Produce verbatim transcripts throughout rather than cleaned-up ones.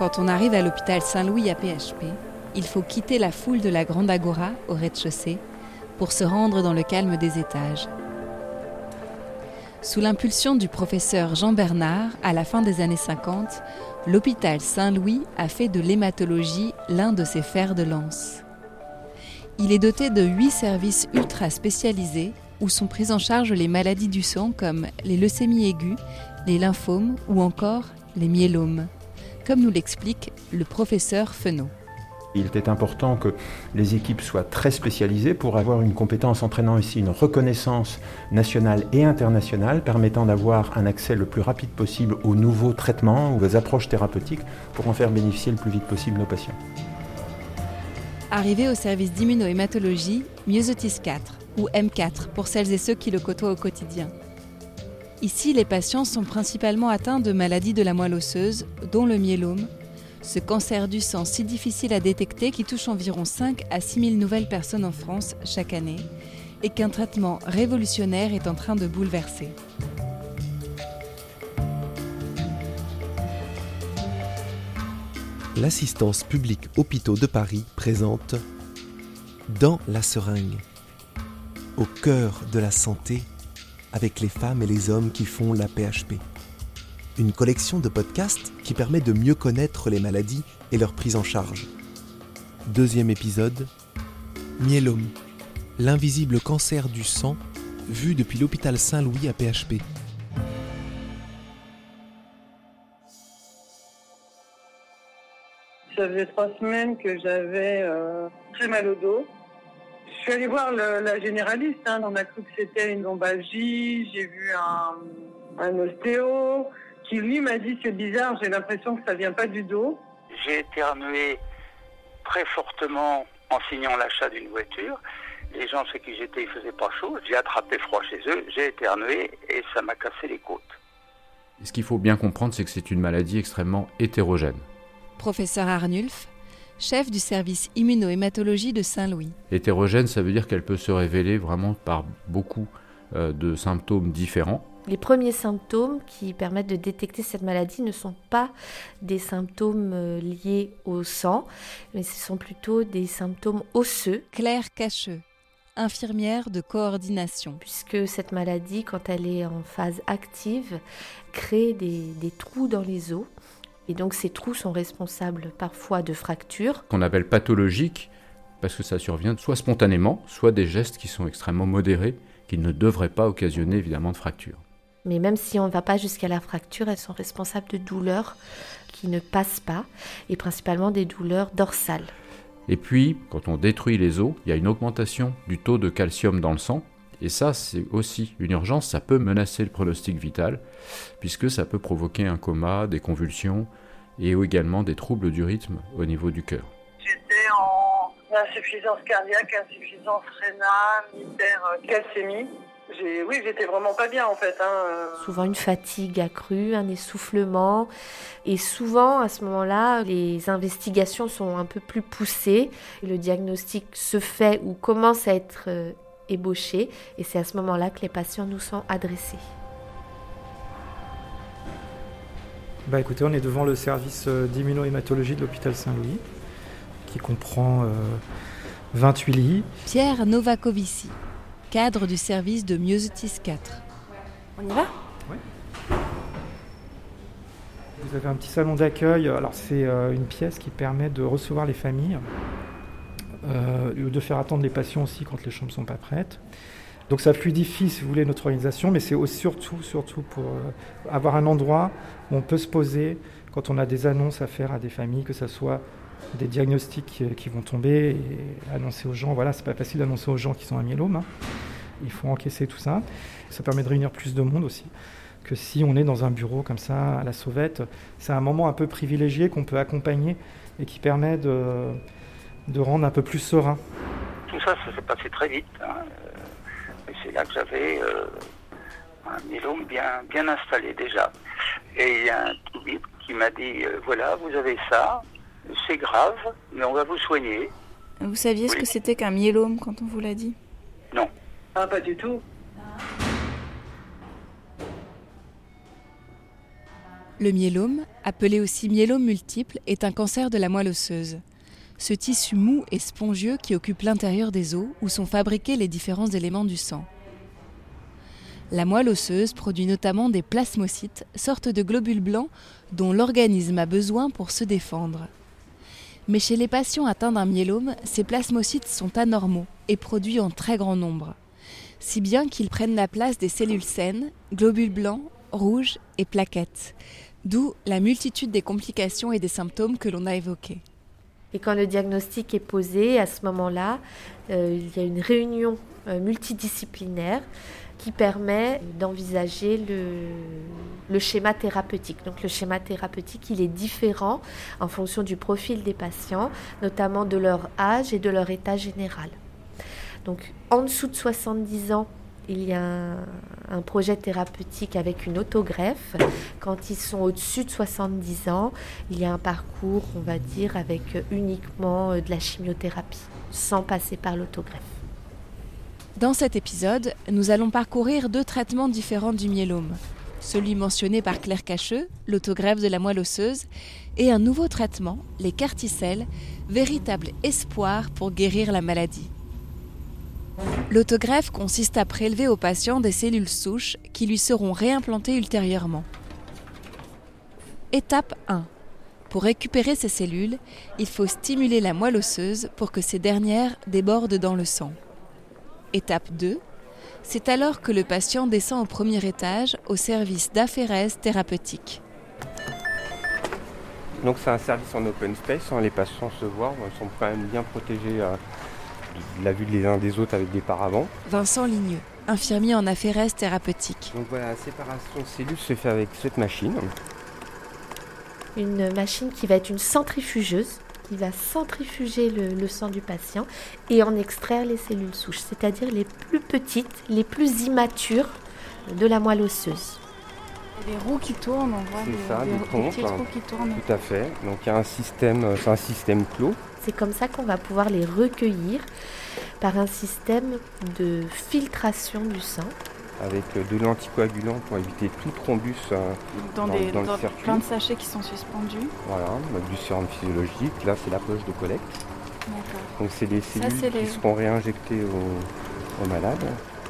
Quand on arrive à l'hôpital Saint-Louis à P H P, il faut quitter la foule de la Grande Agora au rez-de-chaussée pour se rendre dans le calme des étages. Sous l'impulsion du professeur Jean Bernard, à la fin des années cinquante, l'hôpital Saint-Louis a fait de l'hématologie l'un de ses fers de lance. Il est doté de huit services ultra spécialisés où sont prises en charge les maladies du sang comme les leucémies aiguës, les lymphomes ou encore les myélomes, comme nous l'explique le professeur Fenot. Il était important que les équipes soient très spécialisées pour avoir une compétence entraînant ici une reconnaissance nationale et internationale permettant d'avoir un accès le plus rapide possible aux nouveaux traitements ou aux approches thérapeutiques pour en faire bénéficier le plus vite possible nos patients. Arrivé au service d'immunohématologie, Myosotis quatre, ou M quatre pour celles et ceux qui le côtoient au quotidien. Ici, les patients sont principalement atteints de maladies de la moelle osseuse, dont le myélome, ce cancer du sang si difficile à détecter qui touche environ cinq à six mille nouvelles personnes en France chaque année et qu'un traitement révolutionnaire est en train de bouleverser. L'assistance publique Hôpitaux de Paris présente Dans la seringue, au cœur de la santé, avec les femmes et les hommes qui font la P H P. Une collection de podcasts qui permet de mieux connaître les maladies et leur prise en charge. Deuxième épisode, myélome, l'invisible cancer du sang vu depuis l'hôpital Saint-Louis à P H P. Ça faisait trois semaines que j'avais euh, très mal au dos. Je suis allée voir le, la généraliste, hein, on a cru que c'était une lombalgie, j'ai vu un, un ostéo qui lui m'a dit c'est bizarre, j'ai l'impression que ça vient pas du dos. J'ai éternué très fortement en signant l'achat d'une voiture. Les gens chez qui j'étais, il faisait pas chaud, j'ai attrapé froid chez eux, j'ai éternué et ça m'a cassé les côtes. Et ce qu'il faut bien comprendre, c'est que c'est une maladie extrêmement hétérogène. Professeur Arnulf, chef du service immunohématologie de Saint-Louis. Hétérogène, ça veut dire qu'elle peut se révéler vraiment par beaucoup euh, de symptômes différents. Les premiers symptômes qui permettent de détecter cette maladie ne sont pas des symptômes liés au sang, mais ce sont plutôt des symptômes osseux. Claire Cacheux, infirmière de coordination. Puisque cette maladie, quand elle est en phase active, crée des, des trous dans les os. Et donc ces trous sont responsables parfois de fractures. Qu'on appelle pathologiques, parce que ça survient soit spontanément, soit des gestes qui sont extrêmement modérés, qui ne devraient pas occasionner évidemment de fractures. Mais même si on ne va pas jusqu'à la fracture, elles sont responsables de douleurs qui ne passent pas, et principalement des douleurs dorsales. Et puis, quand on détruit les os, il y a une augmentation du taux de calcium dans le sang, et ça, c'est aussi une urgence, ça peut menacer le pronostic vital, puisque ça peut provoquer un coma, des convulsions, et également des troubles du rythme au niveau du cœur. J'étais en insuffisance cardiaque, insuffisance rénale, hypercalcémie. J'ai, oui, j'étais vraiment pas bien en fait. Hein. Souvent une fatigue accrue, un essoufflement. Et souvent, à ce moment-là, les investigations sont un peu plus poussées. Le diagnostic se fait ou commence à être euh, ébauché. Et c'est à ce moment-là que les patients nous sont adressés. Bah écoutez, on est devant le service d'immunohématologie de l'hôpital Saint-Louis, qui comprend euh, vingt-huit lits. Pierre Novakovici, cadre du service de Myosotis quatre. On y va ? Oui. Vous avez un petit salon d'accueil. Alors c'est euh, une pièce qui permet de recevoir les familles, euh, de faire attendre les patients aussi quand les chambres ne sont pas prêtes. Donc ça fluidifie, si vous voulez, notre organisation, mais c'est aussi surtout, surtout pour euh, avoir un endroit où on peut se poser quand on a des annonces à faire à des familles, que ce soit des diagnostics qui, qui vont tomber et annoncer aux gens. Voilà, c'est pas facile d'annoncer aux gens qui sont un myélome. Hein. Il faut encaisser tout ça. Ça permet de réunir plus de monde aussi que si on est dans un bureau comme ça, à la sauvette. C'est un moment un peu privilégié qu'on peut accompagner et qui permet de, de rendre un peu plus serein. Tout ça, ça s'est passé très vite. Hein. Et c'est là que j'avais euh, un myélome bien, bien installé déjà. Et il y a un tout vite qui m'a dit, euh, voilà, vous avez ça, c'est grave, mais on va vous soigner. Vous saviez oui. ce que c'était qu'un myélome quand on vous l'a dit ? Non. Ah, pas du tout. Le myélome, appelé aussi myélome multiple, est un cancer de la moelle osseuse. Ce tissu mou et spongieux qui occupe l'intérieur des os où sont fabriqués les différents éléments du sang. La moelle osseuse produit notamment des plasmocytes, sortes de globules blancs dont l'organisme a besoin pour se défendre. Mais chez les patients atteints d'un myélome, ces plasmocytes sont anormaux et produits en très grand nombre, si bien qu'ils prennent la place des cellules saines, globules blancs, rouges et plaquettes, d'où la multitude des complications et des symptômes que l'on a évoqués. Et quand le diagnostic est posé, à ce moment-là, euh, il y a une réunion euh, multidisciplinaire qui permet d'envisager le, le schéma thérapeutique. Donc le schéma thérapeutique, il est différent en fonction du profil des patients, notamment de leur âge et de leur état général. Donc en dessous de soixante-dix ans, il y a un, un projet thérapeutique avec une autogreffe. Quand ils sont au-dessus de soixante-dix ans, il y a un parcours, on va dire, avec uniquement de la chimiothérapie, sans passer par l'autogreffe. Dans cet épisode, nous allons parcourir deux traitements différents du myélome. Celui mentionné par Claire Cacheux, l'autogreffe de la moelle osseuse, et un nouveau traitement, les carticelles, véritable espoir pour guérir la maladie. L'autogreffe consiste à prélever au patient des cellules souches qui lui seront réimplantées ultérieurement. Étape un. Pour récupérer ces cellules, il faut stimuler la moelle osseuse pour que ces dernières débordent dans le sang. Étape deux. C'est alors que le patient descend au premier étage au service d'aphérèse thérapeutique. Donc c'est un service en open space, hein, les patients se voient, ils sont quand même bien protégés euh, de la vue des uns des autres avec des paravents. Vincent Ligneux, infirmier en aphérèse thérapeutique. Donc voilà, la séparation de cellules se fait avec cette machine. Une machine qui va être une centrifugeuse, qui va centrifuger le, le sang du patient et en extraire les cellules souches, c'est-à-dire les plus petites, les plus immatures de la moelle osseuse. Il y a des roues qui tournent, on voit c'est des, ça, des, des, des pompes, petites roues qui tournent. Tout à fait. Donc il y a un système, c'est un système clos. C'est comme ça qu'on va pouvoir les recueillir par un système de filtration du sang. Avec de l'anticoagulant pour éviter tout thrombus euh, dans, dans, des, dans, dans le circuit. plein de sachets qui sont suspendus. Voilà, avec du sérum physiologique. Là, c'est la poche de collecte. D'accord. Donc c'est des cellules Ça, c'est qui les... seront réinjectées aux, aux malades.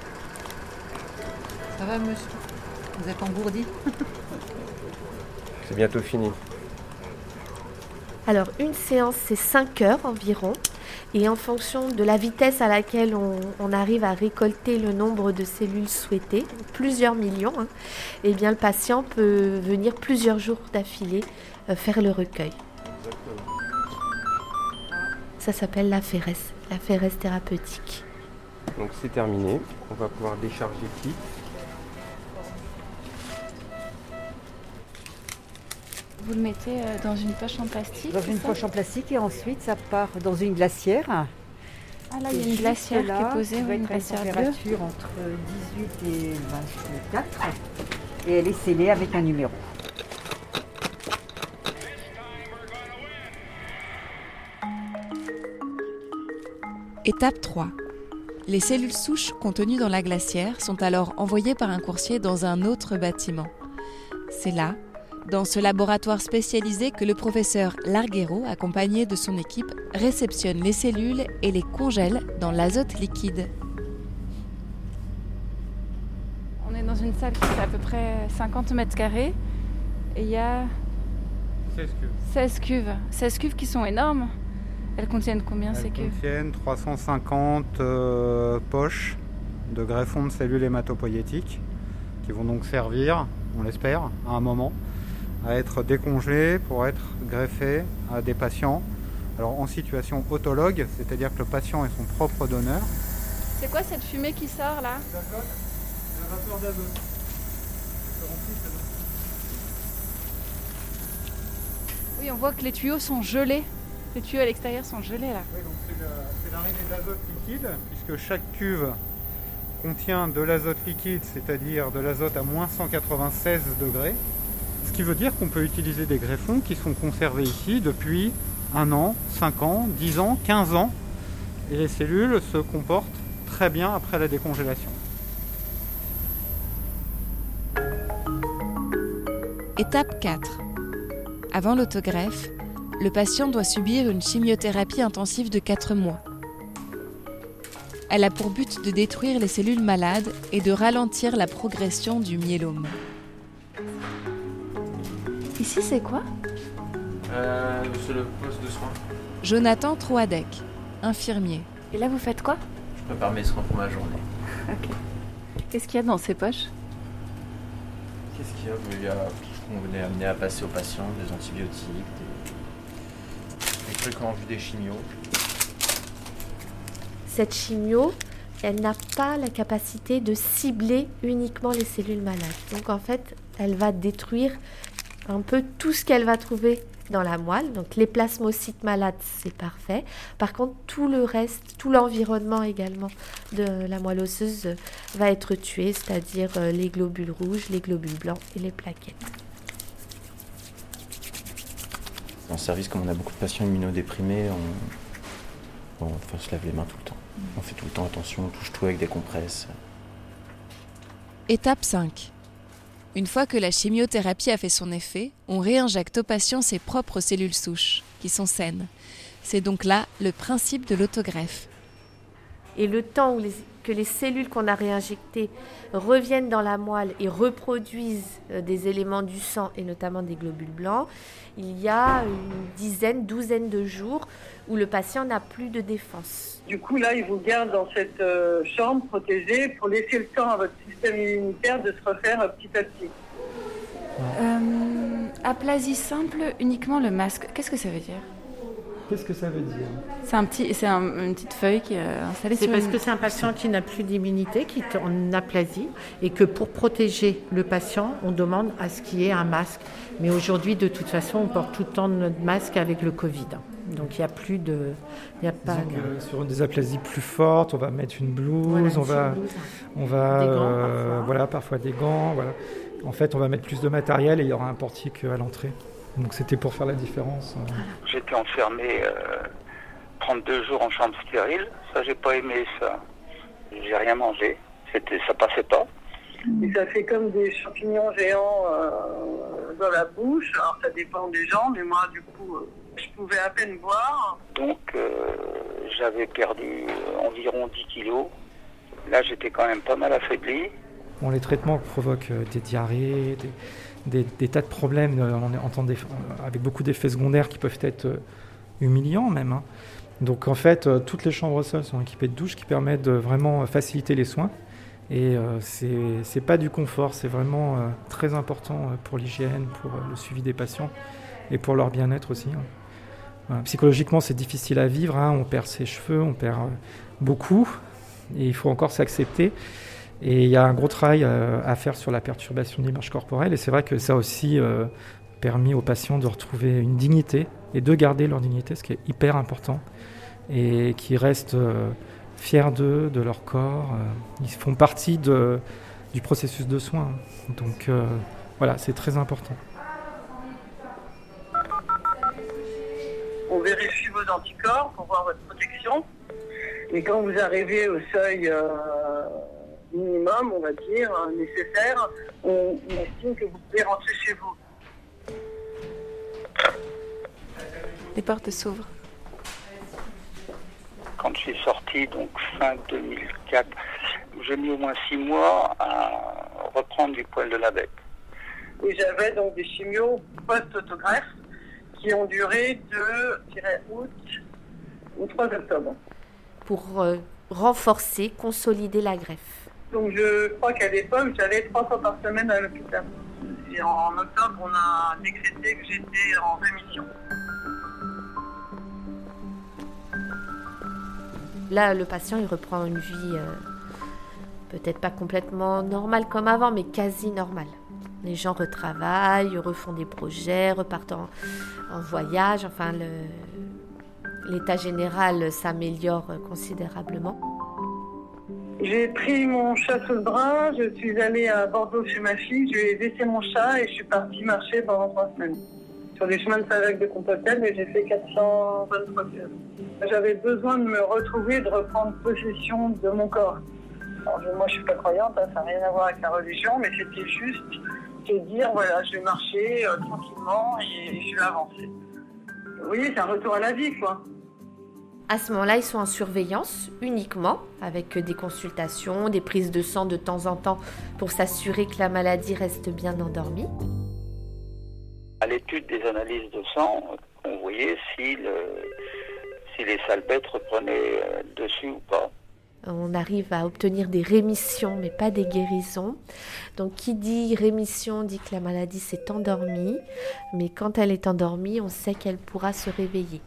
Ça va, monsieur? Vous êtes engourdi? C'est bientôt fini. Alors, une séance, c'est cinq heures environ. Et en fonction de la vitesse à laquelle on, on arrive à récolter le nombre de cellules souhaitées, plusieurs millions, hein, eh bien, le patient peut venir plusieurs jours d'affilée euh, faire le recueil. Exactement. Ça s'appelle l'aphérèse, l'aphérèse thérapeutique. Donc c'est terminé. On va pouvoir décharger le kit. Vous le mettez dans une poche en plastique? Dans une ça poche en plastique et ensuite ça part dans une glacière. Ah là, il y a une glacière qui est posée, oui, une glacière bleue. Température entre dix-huit et vingt-quatre et elle est scellée avec un numéro. Étape trois. Les cellules souches contenues dans la glacière sont alors envoyées par un coursier dans un autre bâtiment. C'est là, dans ce laboratoire spécialisé, que le professeur Larguero, accompagné de son équipe, réceptionne les cellules et les congèle dans l'azote liquide. On est dans une salle qui fait à peu près cinquante mètres carrés et il y a seize cuves. seize cuves. seize cuves qui sont énormes. Elles contiennent combien Elles ces cuves? Elles contiennent trois cent cinquante euh, poches de greffons de cellules hématopoïétiques qui vont donc servir, on l'espère, à un moment, à être décongelés pour être greffés à des patients alors en situation autologue, c'est-à-dire que le patient est son propre donneur. C'est quoi cette fumée qui sort là? L'azote, la vapeur d'azote. Oui, on voit que les tuyaux sont gelés. Les tuyaux à l'extérieur sont gelés là. Oui, donc c'est, le, c'est l'arrivée d'azote liquide, puisque chaque cuve contient de l'azote liquide, c'est-à-dire de l'azote à moins cent quatre-vingt-seize degrés. Ce qui veut dire qu'on peut utiliser des greffons qui sont conservés ici depuis un an, cinq ans, dix ans, quinze ans. Et les cellules se comportent très bien après la décongélation. Étape quatre. Avant l'autogreffe, le patient doit subir une chimiothérapie intensive de quatre mois. Elle a pour but de détruire les cellules malades et de ralentir la progression du myélome. Ici, c'est quoi ? euh, C'est le poste de soins. Jonathan Troadec, infirmier. Et là, vous faites quoi ? Je prépare mes soins pour ma journée. Ok. Qu'est-ce qu'il y a dans ces poches ? Qu'est-ce qu'il y a ? Il y a tout ce qu'on venait amener à passer aux patients, des antibiotiques, des, des trucs en vue des chimios. Cette chimio, elle n'a pas la capacité de cibler uniquement les cellules malades. Donc en fait, elle va détruire un peu tout ce qu'elle va trouver dans la moelle. Donc les plasmocytes malades, c'est parfait. Par contre, tout le reste, tout l'environnement également de la moelle osseuse va être tué, c'est-à-dire les globules rouges, les globules blancs et les plaquettes. Dans le service, comme on a beaucoup de patients immunodéprimés, on, on, on se lave les mains tout le temps. On fait tout le temps attention, on touche tout avec des compresses. Étape cinq. Une fois que la chimiothérapie a fait son effet, on réinjecte au patient ses propres cellules souches, qui sont saines. C'est donc là le principe de l'autogreffe. Et le temps où les, que les cellules qu'on a réinjectées reviennent dans la moelle et reproduisent euh, des éléments du sang, et notamment des globules blancs, il y a une dizaine, douzaine de jours où le patient n'a plus de défense. Du coup, là, ils vous gardent dans cette euh, chambre protégée pour laisser le temps à votre système immunitaire de se refaire euh, petit à petit. Euh, aplasie simple, uniquement le masque. Qu'est-ce que ça veut dire ? Qu'est-ce que ça veut dire ? C'est, un petit, c'est un, une petite feuille qui est installée c'est sur parce une... que c'est un patient qui n'a plus d'immunité, qui est en aplasie, et que pour protéger le patient, on demande à ce qu'il y ait un masque. Mais aujourd'hui, de toute façon, on porte tout le temps notre masque avec le Covid. Donc il n'y a plus de... Il y a pas de... Sur des aplasies plus fortes, on va mettre une blouse, voilà, on va... Blouse. On va des gants, euh, parfois. Voilà, parfois des gants. Voilà. En fait, on va mettre plus de matériel et il y aura un portique à l'entrée. Donc c'était pour faire la différence. J'étais enfermé euh, trente-deux jours en chambre stérile. Ça, j'ai pas aimé ça. J'ai rien mangé. C'était, ça passait pas. Et ça fait comme des champignons géants euh, dans la bouche. Alors ça dépend des gens, mais moi, du coup, euh, je pouvais à peine boire. Donc, euh, j'avais perdu environ dix kilos. Là, j'étais quand même pas mal affaibli. Bon, les traitements provoquent euh, des diarrhées, des... Des, des tas de problèmes euh, on entend des, avec beaucoup d'effets secondaires qui peuvent être euh, humiliants même. Hein. Donc en fait, euh, toutes les chambres au sol sont équipées de douches qui permettent de vraiment faciliter les soins. Et euh, c'est, c'est pas du confort, c'est vraiment euh, très important euh, pour l'hygiène, pour euh, le suivi des patients et pour leur bien-être aussi. Hein. Voilà. Psychologiquement, c'est difficile à vivre, hein. On perd ses cheveux, on perd euh, beaucoup et il faut encore s'accepter. Et il y a un gros travail euh, à faire sur la perturbation de l'image corporelle. Et c'est vrai que ça a aussi euh, permis aux patients de retrouver une dignité et de garder leur dignité, ce qui est hyper important. Et qui restent euh, fiers d'eux, de leur corps. Euh, ils font partie de, du processus de soins. Donc euh, voilà, c'est très important. On vérifie vos anticorps pour voir votre protection. Et quand vous arrivez au seuil... Euh, minimum, on va dire, nécessaire, on estime que vous pouvez rentrer chez vous. Les portes s'ouvrent. Quand je suis sorti, donc fin deux mille quatre, j'ai mis au moins six mois à reprendre du poil de la bête. Et j'avais donc des chimios post-autogreffe qui ont duré de août au trois octobre. Pour euh, renforcer, consolider la greffe. Donc je crois qu'à l'époque, j'allais trois fois par semaine à l'hôpital. Et en octobre, on a décrété que j'étais en rémission. Là, le patient, il reprend une vie euh, peut-être pas complètement normale comme avant, mais quasi normale. Les gens retravaillent, refont des projets, repartent en, en voyage. Enfin, le, l'état général s'améliore considérablement. J'ai pris mon chat sous le bras, je suis allée à Bordeaux chez ma fille, je lui ai laissé mon chat et je suis partie marcher pendant trois semaines. Sur les chemins de Savec de Compostelle, et j'ai fait quatre cent vingt-trois kilomètres. J'avais besoin de me retrouver, de reprendre possession de mon corps. Alors, je, moi, je suis pas croyante, hein, ça n'a rien à voir avec la religion, mais c'était juste Se dire, voilà, je vais marcher euh, tranquillement et je vais avancer. Oui, c'est un retour à la vie, quoi. À ce moment-là, ils sont en surveillance uniquement, avec des consultations, des prises de sang de temps en temps pour s'assurer que la maladie reste bien endormie. À l'étude des analyses de sang, on voyait si, le, si les sales bêtes reprenaient le dessus ou pas. On arrive à obtenir des rémissions, mais pas des guérisons. Donc, qui dit rémission dit que la maladie s'est endormie. Mais quand elle est endormie, on sait qu'elle pourra se réveiller.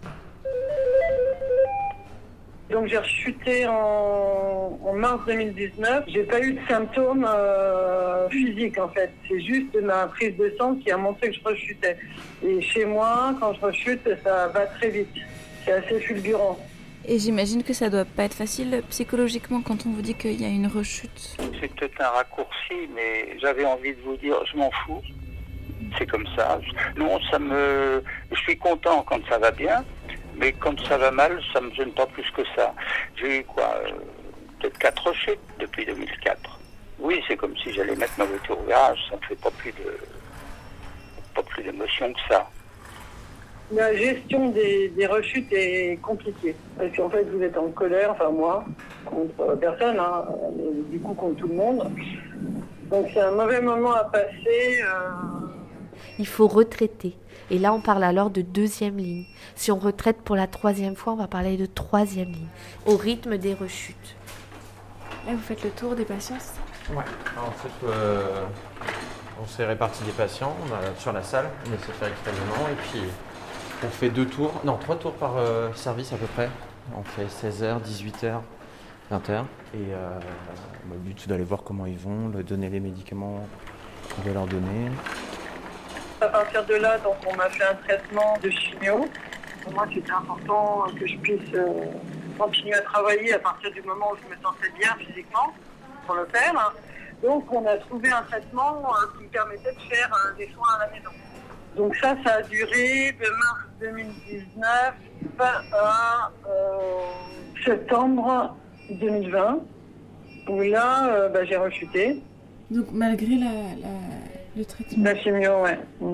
Donc, j'ai rechuté en, en mars deux mille dix-neuf. J'ai pas eu de symptômes euh, physiques, en fait. C'est juste ma prise de sang qui a montré que je rechutais. Et chez moi, quand je rechute, ça va très vite. C'est assez fulgurant. Et j'imagine que ça doit pas être facile psychologiquement quand on vous dit qu'il y a une rechute. C'est peut-être un raccourci, mais j'avais envie de vous dire, je m'en fous. C'est comme ça. Non, ça me... Je suis content quand ça va bien, mais quand ça va mal, ça me gêne pas plus que ça. J'ai eu quoi euh, peut-être quatre rechutes depuis deux mille quatre. Oui, c'est comme si j'allais mettre ma voiture au garage. Ça me fait pas plus de... pas plus d'émotion que ça. La gestion des, des rechutes est compliquée. Parce qu'en fait, vous êtes en colère, enfin moi, contre personne, hein, mais du coup contre tout le monde. Donc c'est un mauvais moment à passer. Euh... Il faut retraiter. Et là, on parle alors de deuxième ligne. Si on retraite pour la troisième fois, on va parler de troisième ligne, au rythme des rechutes. Là, vous faites le tour des patients, c'est ça ? Ouais. En fait, euh, on s'est réparti des patients on a, sur la salle, on essaie de faire extrêmement, et puis... On fait deux tours, non, trois tours par euh, service à peu près. On fait seize heures, dix-huit heures, vingt heures. Et euh, le but, c'est d'aller voir comment ils vont, leur donner les médicaments qu'on va leur donner. À partir de là, donc, on m'a fait un traitement de chimio. Pour moi, c'était important que je puisse euh, continuer à travailler à partir du moment où je me sentais bien physiquement pour le faire. Donc, on a trouvé un traitement euh, qui me permettait de faire euh, des soins à la maison. Donc ça, ça a duré de mars deux mille dix-neuf à euh, septembre deux mille vingt, où là, euh, bah, j'ai rechuté. Donc malgré la, la, le traitement. La chimio, ouais. Mm.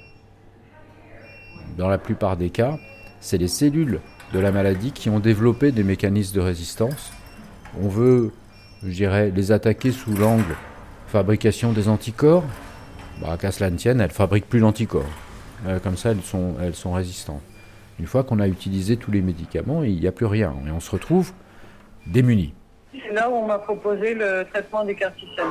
Dans la plupart des cas, c'est les cellules de la maladie qui ont développé des mécanismes de résistance. On veut, je dirais, les attaquer sous l'angle fabrication des anticorps. Bah, qu'à cela ne tienne, elles ne fabriquent plus d'anticorps. Euh, comme ça, elles sont, elles sont résistantes. Une fois qu'on a utilisé tous les médicaments, il n'y a plus rien. Et on se retrouve démunis. C'est là où on m'a proposé le traitement des carticelles.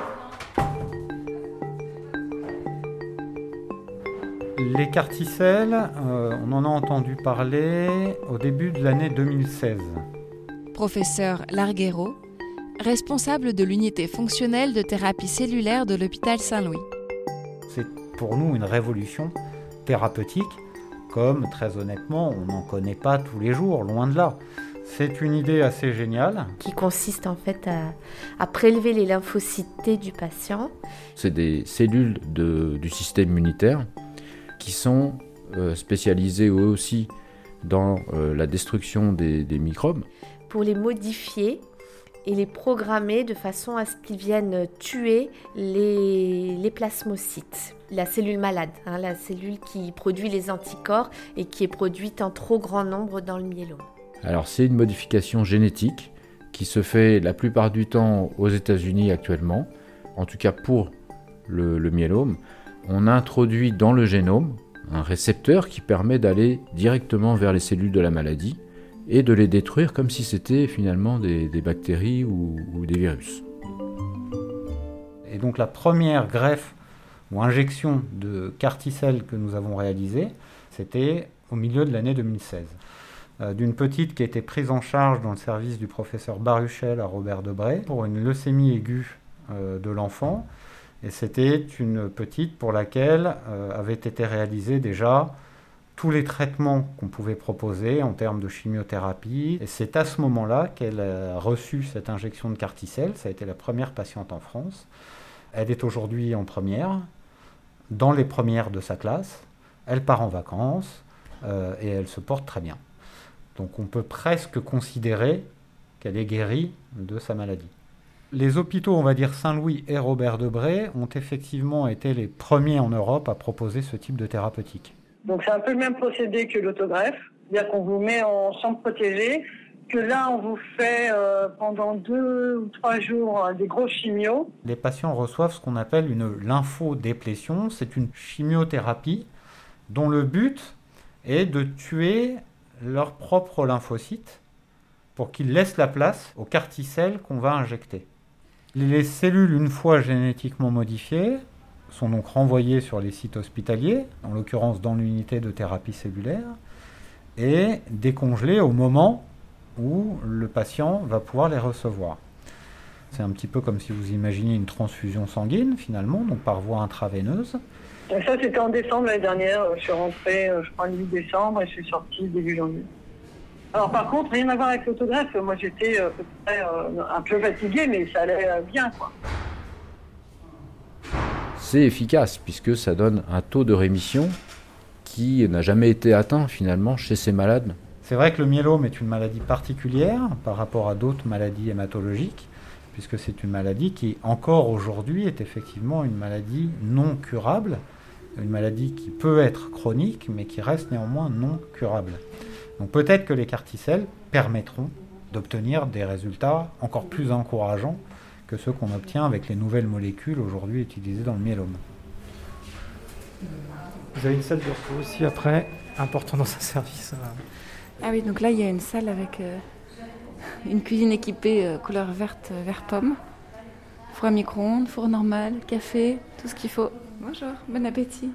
Les carticelles, euh, on en a entendu parler au début de l'année deux mille seize. Professeur Larguero, responsable de l'unité fonctionnelle de thérapie cellulaire de l'hôpital Saint-Louis. C'est pour nous une révolution thérapeutique, comme très honnêtement, on n'en connaît pas tous les jours, loin de là. C'est une idée assez géniale. Qui consiste en fait à, à prélever les lymphocytes T du patient. C'est des cellules de, du système immunitaire qui sont euh, spécialisées eux aussi dans euh, la destruction des, des microbes. Pour les modifier et les programmer de façon à ce qu'ils viennent tuer les, les plasmocytes, la cellule malade, hein, la cellule qui produit les anticorps et qui est produite en trop grand nombre dans le myélome. Alors c'est une modification génétique qui se fait la plupart du temps aux États-Unis actuellement, en tout cas pour le, le myélome. On introduit dans le génome un récepteur qui permet d'aller directement vers les cellules de la maladie et de les détruire comme si c'était finalement des, des bactéries ou, ou des virus. Et donc la première greffe ou injection de carticelles que nous avons réalisée, c'était au milieu de l'année deux mille seize. Euh, d'une petite qui a été prise en charge dans le service du professeur Baruchel à Robert Debré pour une leucémie aiguë euh, de l'enfant. Et c'était une petite pour laquelle euh, avaient été réalisés déjà tous les traitements qu'on pouvait proposer en termes de chimiothérapie. Et c'est à ce moment-là qu'elle a reçu cette injection de carticelle. Ça a été la première patiente en France. Elle est aujourd'hui en première, dans les premières de sa classe. Elle part en vacances euh, et elle se porte très bien. Donc on peut presque considérer qu'elle est guérie de sa maladie. Les hôpitaux, on va dire Saint-Louis et Robert Debré, ont effectivement été les premiers en Europe à proposer ce type de thérapeutique. Donc c'est un peu le même procédé que l'autogreffe, c'est-à-dire qu'on vous met en chambre protégée, que là on vous fait euh, pendant deux ou trois jours des gros chimios. Les patients reçoivent ce qu'on appelle une lymphodéplétion, c'est une chimiothérapie dont le but est de tuer leurs propres lymphocytes pour qu'ils laissent la place aux carticelles qu'on va injecter. Les cellules, une fois génétiquement modifiées, sont donc renvoyées sur les sites hospitaliers, en l'occurrence dans l'unité de thérapie cellulaire, et décongelées au moment où le patient va pouvoir les recevoir. C'est un petit peu comme si vous imaginiez une transfusion sanguine, finalement, donc par voie intraveineuse. Donc ça, c'était en décembre l'année dernière. Je suis rentrée, je crois, le huit décembre et je suis sortie début janvier. Alors par contre, rien à voir avec l'autogreffe. Moi, j'étais euh, euh, un peu fatiguée, mais ça allait euh, bien, quoi. C'est efficace puisque ça donne un taux de rémission qui n'a jamais été atteint finalement chez ces malades. C'est vrai que le myélome est une maladie particulière par rapport à d'autres maladies hématologiques, puisque c'est une maladie qui, encore aujourd'hui, est effectivement une maladie non curable, une maladie qui peut être chronique, mais qui reste néanmoins non curable. Donc peut-être que les carticelles permettront d'obtenir des résultats encore plus encourageants que ceux qu'on obtient avec les nouvelles molécules aujourd'hui utilisées dans le myélome. Vous avez une salle de repos aussi après, important dans un service. Ah oui, donc là il y a une salle avec euh, une cuisine équipée euh, couleur verte, euh, vert pomme, four à micro-ondes, four normal, café, tout ce qu'il faut. Bonjour, bon appétit.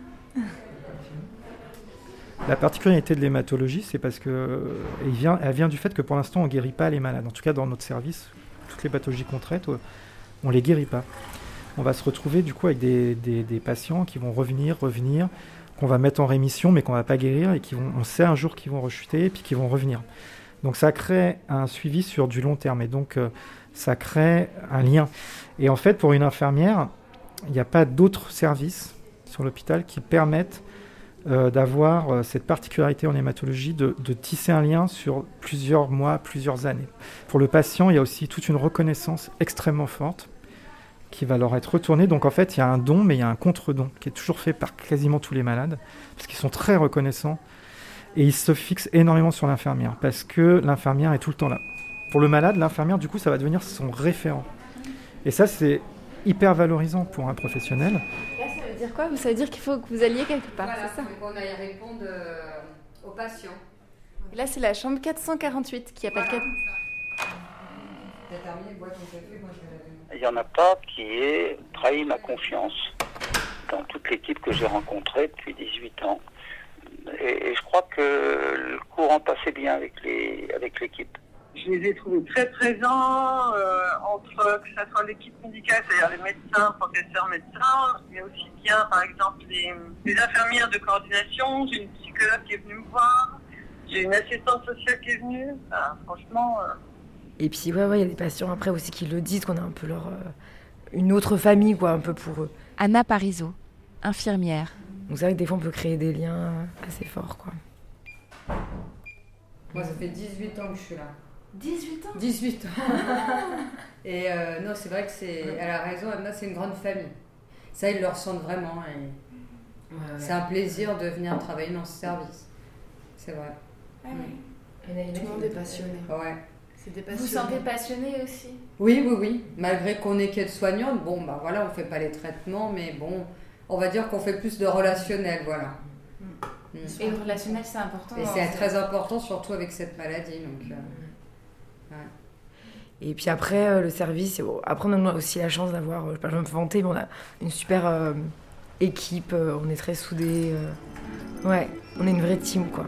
La particularité de l'hématologie, c'est parce que elle vient, elle vient du fait que pour l'instant on ne guérit pas les malades. En tout cas dans notre service, toutes les pathologies qu'on traite, on ne les guérit pas. On va se retrouver du coup avec des, des, des patients qui vont revenir, revenir, qu'on va mettre en rémission mais qu'on ne va pas guérir et qui vont, on sait un jour qu'ils vont rechuter et puis qu'ils vont revenir. Donc ça crée un suivi sur du long terme et donc euh, ça crée un lien. Et en fait pour une infirmière, il n'y a pas d'autres services sur l'hôpital qui permettent euh, d'avoir euh, cette particularité en hématologie de, de tisser un lien sur plusieurs mois, plusieurs années. Pour le patient, il y a aussi toute une reconnaissance extrêmement forte qui va leur être retournée. Donc en fait, il y a un don, mais il y a un contre-don qui est toujours fait par quasiment tous les malades, parce qu'ils sont très reconnaissants et ils se fixent énormément sur l'infirmière, parce que l'infirmière est tout le temps là. Pour le malade, l'infirmière, du coup, ça va devenir son référent. Et ça, c'est hyper valorisant pour un professionnel. Là, ça veut dire quoi ? Ça veut dire qu'il faut que vous alliez quelque part, voilà, c'est ça ? qu'on aille répondre euh, aux patients. Et là, c'est la chambre quatre cent quarante-huit qui appelle... Voilà. T'as terminé, bois ton café, moi je vais... Il n'y en a pas qui ait trahi ma confiance dans toute l'équipe que j'ai rencontrée depuis dix-huit ans. Et, et je crois que le courant passait bien avec, les, avec l'équipe. Je les ai trouvés très présents, euh, entre que ce soit l'équipe médicale, c'est-à-dire les médecins, professeurs, médecins, mais aussi bien, par exemple, les, les infirmières de coordination. J'ai une psychologue qui est venue me voir, j'ai une assistante sociale qui est venue. Enfin, franchement... Euh... Et puis, ouais, ouais, il y a des patients après aussi qui le disent, qu'on a un peu leur... Euh, une autre famille, quoi, un peu pour eux. Anna Parizeau, infirmière. Donc c'est vrai que des fois, on peut créer des liens assez forts, quoi. Moi, ça fait dix-huit ans que je suis là. dix-huit ans dix-huit ans. Et euh, non, c'est vrai que c'est... Elle a raison, Anna, c'est une grande famille. Ça, ils le ressentent vraiment. Et... Ouais, ouais. C'est un plaisir de venir travailler dans ce service. C'est vrai. Ah oui. Et tout le monde est passionné. Ouais. Vous vous sentez passionné aussi ? Oui, oui, oui. Malgré qu'on est qu'aide-soignante, bon, bah voilà, on fait pas les traitements, mais bon, on va dire qu'on fait plus de relationnel, voilà. Mm. Et le relationnel, c'est important. Et c'est très important, surtout avec cette maladie, donc... Euh, ouais. Et puis après, euh, le service, bon, après on a aussi la chance d'avoir, je ne vais pas me vanter, mais on a une super euh, équipe, euh, on est très soudés. Euh, ouais, on est une vraie team, quoi.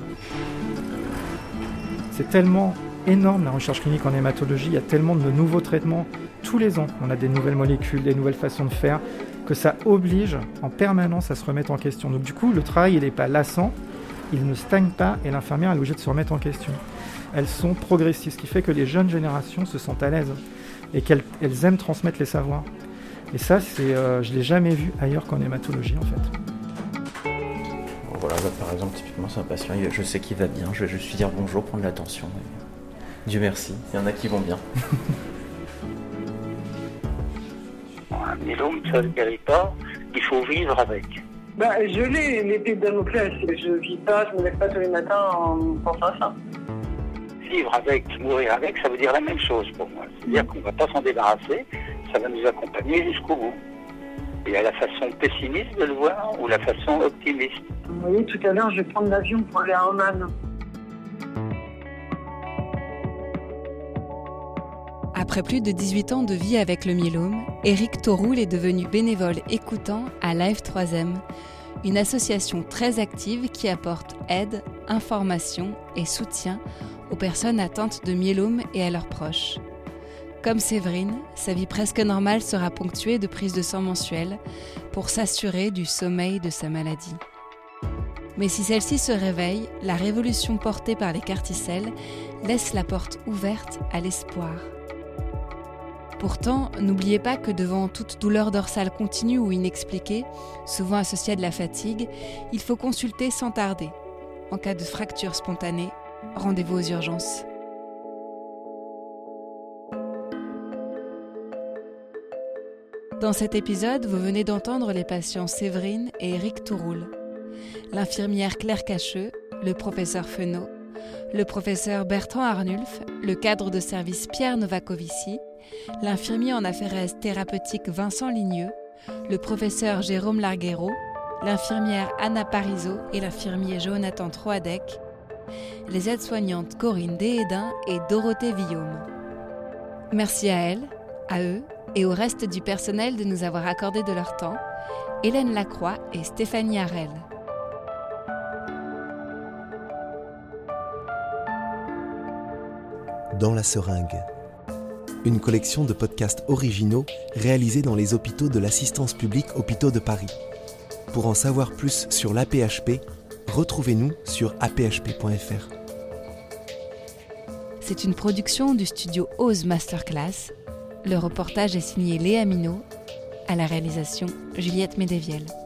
C'est tellement énorme la recherche clinique en hématologie, il y a tellement de nouveaux traitements tous les ans. On a des nouvelles molécules, des nouvelles façons de faire, que ça oblige en permanence à se remettre en question. Donc du coup, le travail, il n'est pas lassant, il ne stagne pas et l'infirmière est obligée de se remettre en question. Elles sont progressistes, ce qui fait que les jeunes générations se sentent à l'aise et qu'elles elles aiment transmettre les savoirs. Et ça, c'est, euh, je ne l'ai jamais vu ailleurs qu'en hématologie, en fait. Bon, voilà, bah, par exemple, typiquement, c'est un patient, je sais qu'il va bien, je vais juste lui dire bonjour, prendre l'attention. Et... Dieu merci, il y en a qui vont bien. Le myélome, ça ne guérit pas, il faut vivre avec. Bah, je l'ai, l'épée de Damoclès. Je ne vis pas, je ne me lève pas tous les matins en pensant à ça. Vivre avec, mourir avec, ça veut dire la même chose pour moi. C'est-à-dire qu'on ne va pas s'en débarrasser, ça va nous accompagner jusqu'au bout. Il y a la façon pessimiste de le voir ou la façon optimiste. Vous voyez, tout à l'heure, je vais prendre l'avion pour aller à Oman. Après plus de dix-huit ans de vie avec le myélome, Éric Tauroul est devenu bénévole écoutant à Live trois M, une association très active qui apporte aide, information et soutien aux personnes atteintes de myélome et à leurs proches. Comme Séverine, sa vie presque normale sera ponctuée de prises de sang mensuelles pour s'assurer du sommeil de sa maladie. Mais si celle-ci se réveille, la révolution portée par les Carticelles laisse la porte ouverte à l'espoir. Pourtant, n'oubliez pas que devant toute douleur dorsale continue ou inexpliquée, souvent associée à de la fatigue, il faut consulter sans tarder. En cas de fracture spontanée, rendez-vous aux urgences. Dans cet épisode, vous venez d'entendre les patients Séverine et Éric Tauroul, l'infirmière Claire Cacheux, le professeur Fenot, le professeur Bertrand Arnulf, le cadre de service Pierre Novakovici, l'infirmier en affaires thérapeutiques Vincent Ligneux, le professeur Jérôme Larguero, l'infirmière Anna Parizeau et l'infirmier Jonathan Troadec, les aides-soignantes Corinne Déhédin et Dorothée Villaume. Merci à elles, à eux et au reste du personnel de nous avoir accordé de leur temps, Hélène Lacroix et Stéphanie Harel. Dans la seringue. Une collection de podcasts originaux réalisés dans les hôpitaux de l'Assistance publique Hôpitaux de Paris. Pour en savoir plus sur l'A P H P, retrouvez-nous sur a p h p point f r. C'est une production du studio Ose Masterclass. Le reportage est signé Léa Minot, à la réalisation Juliette Médevielle.